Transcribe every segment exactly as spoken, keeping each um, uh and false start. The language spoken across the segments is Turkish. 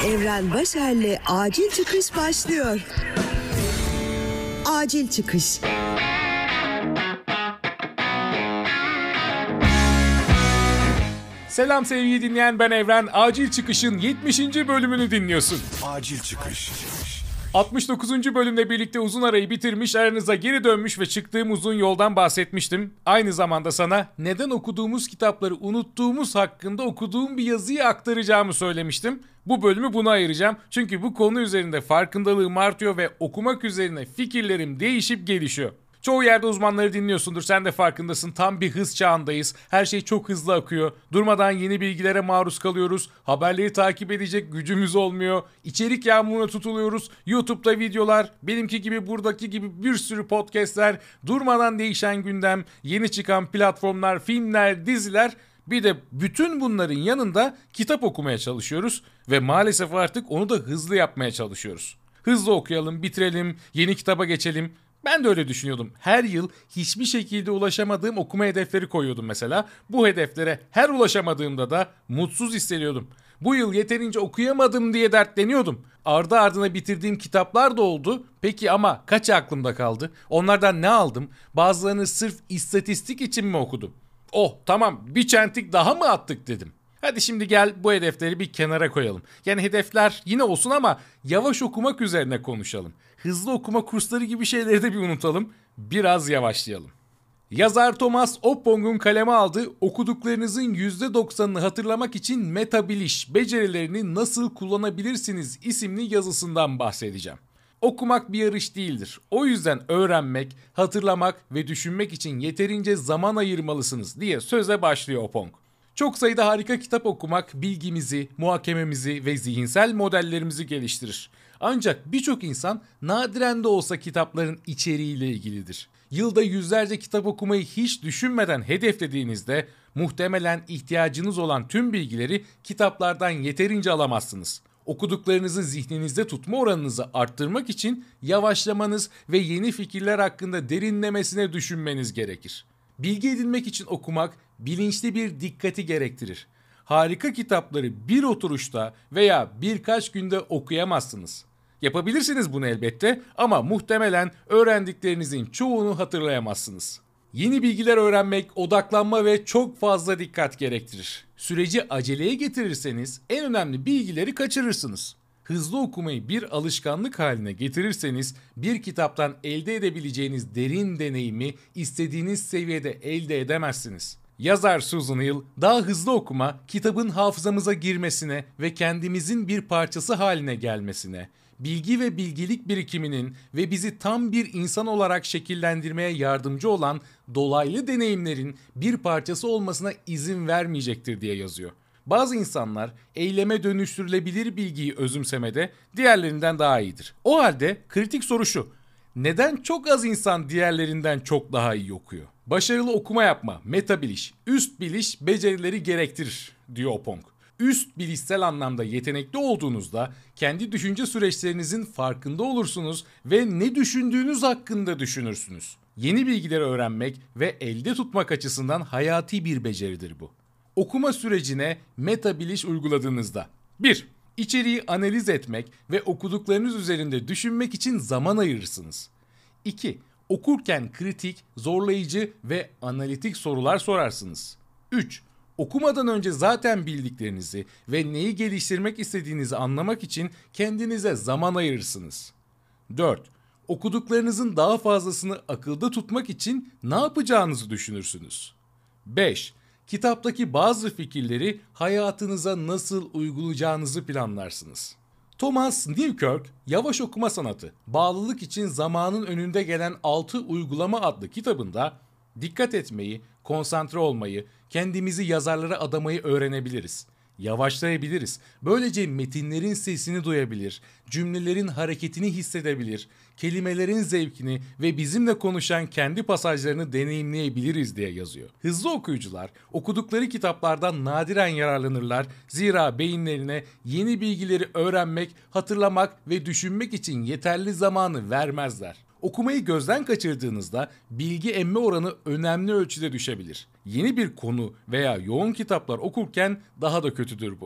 Evren Başer'le Acil Çıkış başlıyor. Acil Çıkış. Selam sevgili dinleyen, ben Evren. Acil Çıkış'ın yetmişinci bölümünü dinliyorsun. Acil Çıkış. altmış dokuzuncu bölümle birlikte uzun arayı bitirmiş, aranıza geri dönmüş ve çıktığım uzun yoldan bahsetmiştim. Aynı zamanda sana neden okuduğumuz kitapları unuttuğumuz hakkında okuduğum bir yazıyı aktaracağımı söylemiştim. Bu bölümü buna ayıracağım. Çünkü bu konu üzerinde farkındalığım artıyor ve okumak üzerine fikirlerim değişip gelişiyor. Çoğu yerde uzmanları dinliyorsundur, sen de farkındasın. Tam bir hız çağındayız. Her şey çok hızlı akıyor. Durmadan yeni bilgilere maruz kalıyoruz. Haberleri takip edecek gücümüz olmuyor. İçerik yağmuruna tutuluyoruz. YouTube'da videolar, benimki gibi buradaki gibi bir sürü podcastler, durmadan değişen gündem, yeni çıkan platformlar, filmler, diziler. Bir de bütün bunların yanında kitap okumaya çalışıyoruz ve maalesef artık onu da hızlı yapmaya çalışıyoruz. Hızlı okuyalım, bitirelim, yeni kitaba geçelim. Ben de öyle düşünüyordum. Her yıl hiçbir şekilde ulaşamadığım okuma hedefleri koyuyordum mesela. Bu hedeflere her ulaşamadığımda da mutsuz hissediyordum. Bu yıl yeterince okuyamadım diye dertleniyordum. Ardı ardına bitirdiğim kitaplar da oldu. Peki ama kaçı aklımda kaldı? Onlardan ne aldım? Bazılarını sırf istatistik için mi okudum? Oh tamam, bir çentik daha mı attık dedim. Hadi şimdi gel bu hedefleri bir kenara koyalım. Yani hedefler yine olsun ama yavaş okumak üzerine konuşalım. Hızlı okuma kursları gibi şeyleri de bir unutalım. Biraz yavaşlayalım. Yazar Thomas Oppong'un kaleme aldığı okuduklarınızın yüzde doksanını hatırlamak için metabiliş becerilerini nasıl kullanabilirsiniz isimli yazısından bahsedeceğim. Okumak bir yarış değildir. O yüzden öğrenmek, hatırlamak ve düşünmek için yeterince zaman ayırmalısınız diye söze başlıyor Oppong. Çok sayıda harika kitap okumak bilgimizi, muhakememizi ve zihinsel modellerimizi geliştirir. Ancak birçok insan nadiren de olsa kitapların içeriğiyle ilgilidir. Yılda yüzlerce kitap okumayı hiç düşünmeden hedeflediğinizde muhtemelen ihtiyacınız olan tüm bilgileri kitaplardan yeterince alamazsınız. Okuduklarınızı zihninizde tutma oranınızı arttırmak için yavaşlamanız ve yeni fikirler hakkında derinlemesine düşünmeniz gerekir. Bilgi edinmek için okumak bilinçli bir dikkati gerektirir. Harika kitapları bir oturuşta veya birkaç günde okuyamazsınız. Yapabilirsiniz bunu elbette ama muhtemelen öğrendiklerinizin çoğunu hatırlayamazsınız. Yeni bilgiler öğrenmek odaklanma ve çok fazla dikkat gerektirir. Süreci aceleye getirirseniz en önemli bilgileri kaçırırsınız. Hızlı okumayı bir alışkanlık haline getirirseniz bir kitaptan elde edebileceğiniz derin deneyimi istediğiniz seviyede elde edemezsiniz. Yazar Susan Hill, daha hızlı okuma kitabın hafızamıza girmesine ve kendimizin bir parçası haline gelmesine, bilgi ve bilgilik birikiminin ve bizi tam bir insan olarak şekillendirmeye yardımcı olan dolaylı deneyimlerin bir parçası olmasına izin vermeyecektir diye yazıyor. Bazı insanlar eyleme dönüştürülebilir bilgiyi özümsemede diğerlerinden daha iyidir. O halde kritik soru şu: neden çok az insan diğerlerinden çok daha iyi okuyor? Başarılı okuma yapma, metabiliş, üst biliş becerileri gerektirir diyor Oppong. Üst bilişsel anlamda yetenekli olduğunuzda kendi düşünce süreçlerinizin farkında olursunuz ve ne düşündüğünüz hakkında düşünürsünüz. Yeni bilgileri öğrenmek ve elde tutmak açısından hayati bir beceridir bu. Okuma sürecine metabiliş uyguladığınızda: bir İçeriği analiz etmek ve okuduklarınız üzerinde düşünmek için zaman ayırırsınız. iki Okurken kritik, zorlayıcı ve analitik sorular sorarsınız. üç Okumadan önce zaten bildiklerinizi ve neyi geliştirmek istediğinizi anlamak için kendinize zaman ayırırsınız. dört Okuduklarınızın daha fazlasını akılda tutmak için ne yapacağınızı düşünürsünüz. beş Kitaptaki bazı fikirleri hayatınıza nasıl uygulayacağınızı planlarsınız. Thomas Newkirk, Yavaş Okuma Sanatı, Bağlılık için Zamanın Önünde Gelen altı Uygulama adlı kitabında dikkat etmeyi, konsantre olmayı, kendimizi yazarlara adamayı öğrenebiliriz. Yavaşlayabiliriz. Böylece metinlerin sesini duyabilir, cümlelerin hareketini hissedebilir, kelimelerin zevkini ve bizimle konuşan kendi pasajlarını deneyimleyebiliriz diye yazıyor. Hızlı okuyucular okudukları kitaplardan nadiren yararlanırlar. Zira beyinlerine yeni bilgileri öğrenmek, hatırlamak ve düşünmek için yeterli zamanı vermezler. Okumayı gözden kaçırdığınızda bilgi emme oranı önemli ölçüde düşebilir. Yeni bir konu veya yoğun kitaplar okurken daha da kötüdür bu.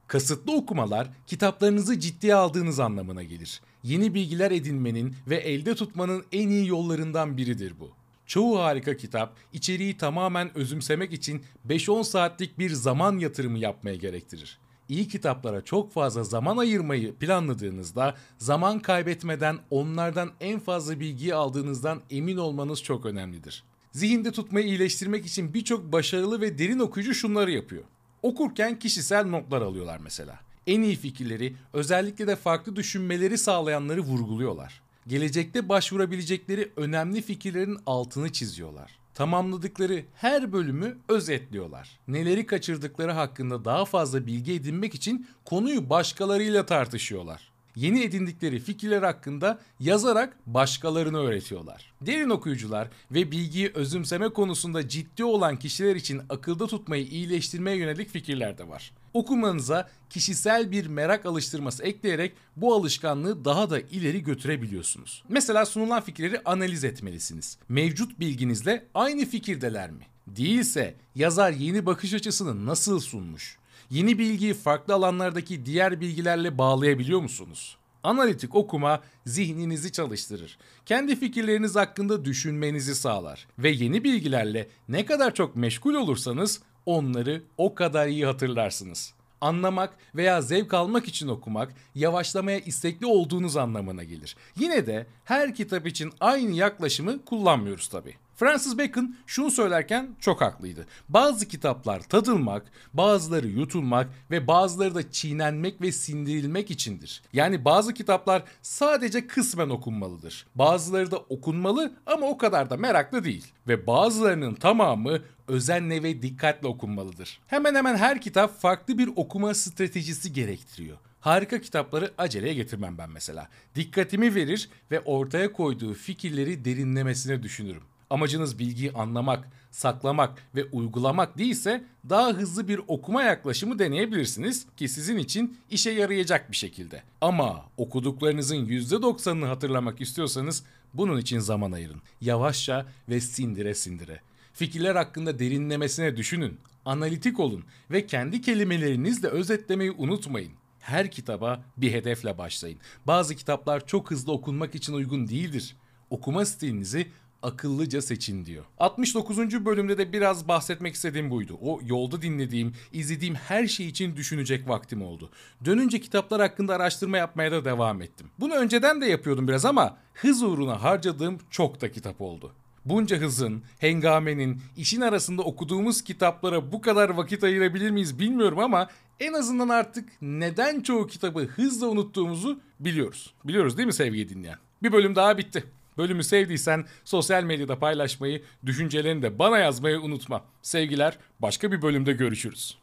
Kasıtlı okumalar, kitaplarınızı ciddiye aldığınız anlamına gelir. Yeni bilgiler edinmenin ve elde tutmanın en iyi yollarından biridir bu. Çoğu harika kitap, içeriği tamamen özümsemek için beş on saatlik bir zaman yatırımı yapmaya gerektirir. İyi kitaplara çok fazla zaman ayırmayı planladığınızda zaman kaybetmeden onlardan en fazla bilgiyi aldığınızdan emin olmanız çok önemlidir. Zihinde tutmayı iyileştirmek için birçok başarılı ve derin okuyucu şunları yapıyor. Okurken kişisel notlar alıyorlar mesela. En iyi fikirleri, özellikle de farklı düşünmeleri sağlayanları vurguluyorlar. Gelecekte başvurabilecekleri önemli fikirlerin altını çiziyorlar. Tamamladıkları her bölümü özetliyorlar. Neleri kaçırdıkları hakkında daha fazla bilgi edinmek için konuyu başkalarıyla tartışıyorlar. Yeni edindikleri fikirler hakkında yazarak başkalarına öğretiyorlar. Derin okuyucular ve bilgiyi özümseme konusunda ciddi olan kişiler için akılda tutmayı iyileştirmeye yönelik fikirler de var. Okumanıza kişisel bir merak alıştırması ekleyerek bu alışkanlığı daha da ileri götürebiliyorsunuz. Mesela sunulan fikirleri analiz etmelisiniz. Mevcut bilginizle aynı fikirdeler mi? Değilse yazar yeni bakış açısını nasıl sunmuş? Yeni bilgiyi farklı alanlardaki diğer bilgilerle bağlayabiliyor musunuz? Analitik okuma zihninizi çalıştırır. Kendi fikirleriniz hakkında düşünmenizi sağlar ve yeni bilgilerle ne kadar çok meşgul olursanız onları o kadar iyi hatırlarsınız. Anlamak veya zevk almak için okumak, yavaşlamaya istekli olduğunuz anlamına gelir. Yine de her kitap için aynı yaklaşımı kullanmıyoruz tabii. Francis Bacon şunu söylerken çok haklıydı. Bazı kitaplar tadılmak, bazıları yutulmak ve bazıları da çiğnenmek ve sindirilmek içindir. Yani bazı kitaplar sadece kısmen okunmalıdır. Bazıları da okunmalı ama o kadar da meraklı değil. Ve bazılarının tamamı özenle ve dikkatle okunmalıdır. Hemen hemen her kitap farklı bir okuma stratejisi gerektiriyor. Harika kitapları aceleye getirmem ben mesela. Dikkatimi verir ve ortaya koyduğu fikirleri derinlemesine düşünürüm. Amacınız bilgiyi anlamak, saklamak ve uygulamak değilse daha hızlı bir okuma yaklaşımı deneyebilirsiniz ki sizin için işe yarayacak bir şekilde. Ama okuduklarınızın yüzde doksanını hatırlamak istiyorsanız bunun için zaman ayırın. Yavaşça ve sindire sindire. Fikirler hakkında derinlemesine düşünün, analitik olun ve kendi kelimelerinizle özetlemeyi unutmayın. Her kitaba bir hedefle başlayın. Bazı kitaplar çok hızlı okunmak için uygun değildir. Okuma stilinizi akıllıca seçin diyor. altmış dokuzuncu bölümde de biraz bahsetmek istediğim buydu. O yolda dinlediğim, izlediğim her şey için düşünecek vaktim oldu. Dönünce kitaplar hakkında araştırma yapmaya da devam ettim. Bunu önceden de yapıyordum biraz ama hız uğruna harcadığım çok da kitap oldu. Bunca hızın, hengamenin, işin arasında okuduğumuz kitaplara bu kadar vakit ayırabilir miyiz bilmiyorum ama en azından artık neden çoğu kitabı hızla unuttuğumuzu biliyoruz. Biliyoruz değil mi sevgili dinleyen? Bir bölüm daha bitti. Bölümü sevdiysen sosyal medyada paylaşmayı, düşüncelerini de bana yazmayı unutma. Sevgiler, başka bir bölümde görüşürüz.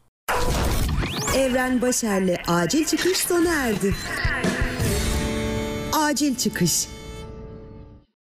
Evren Başer'le Acil Çıkış sona erdi. Acil Çıkış.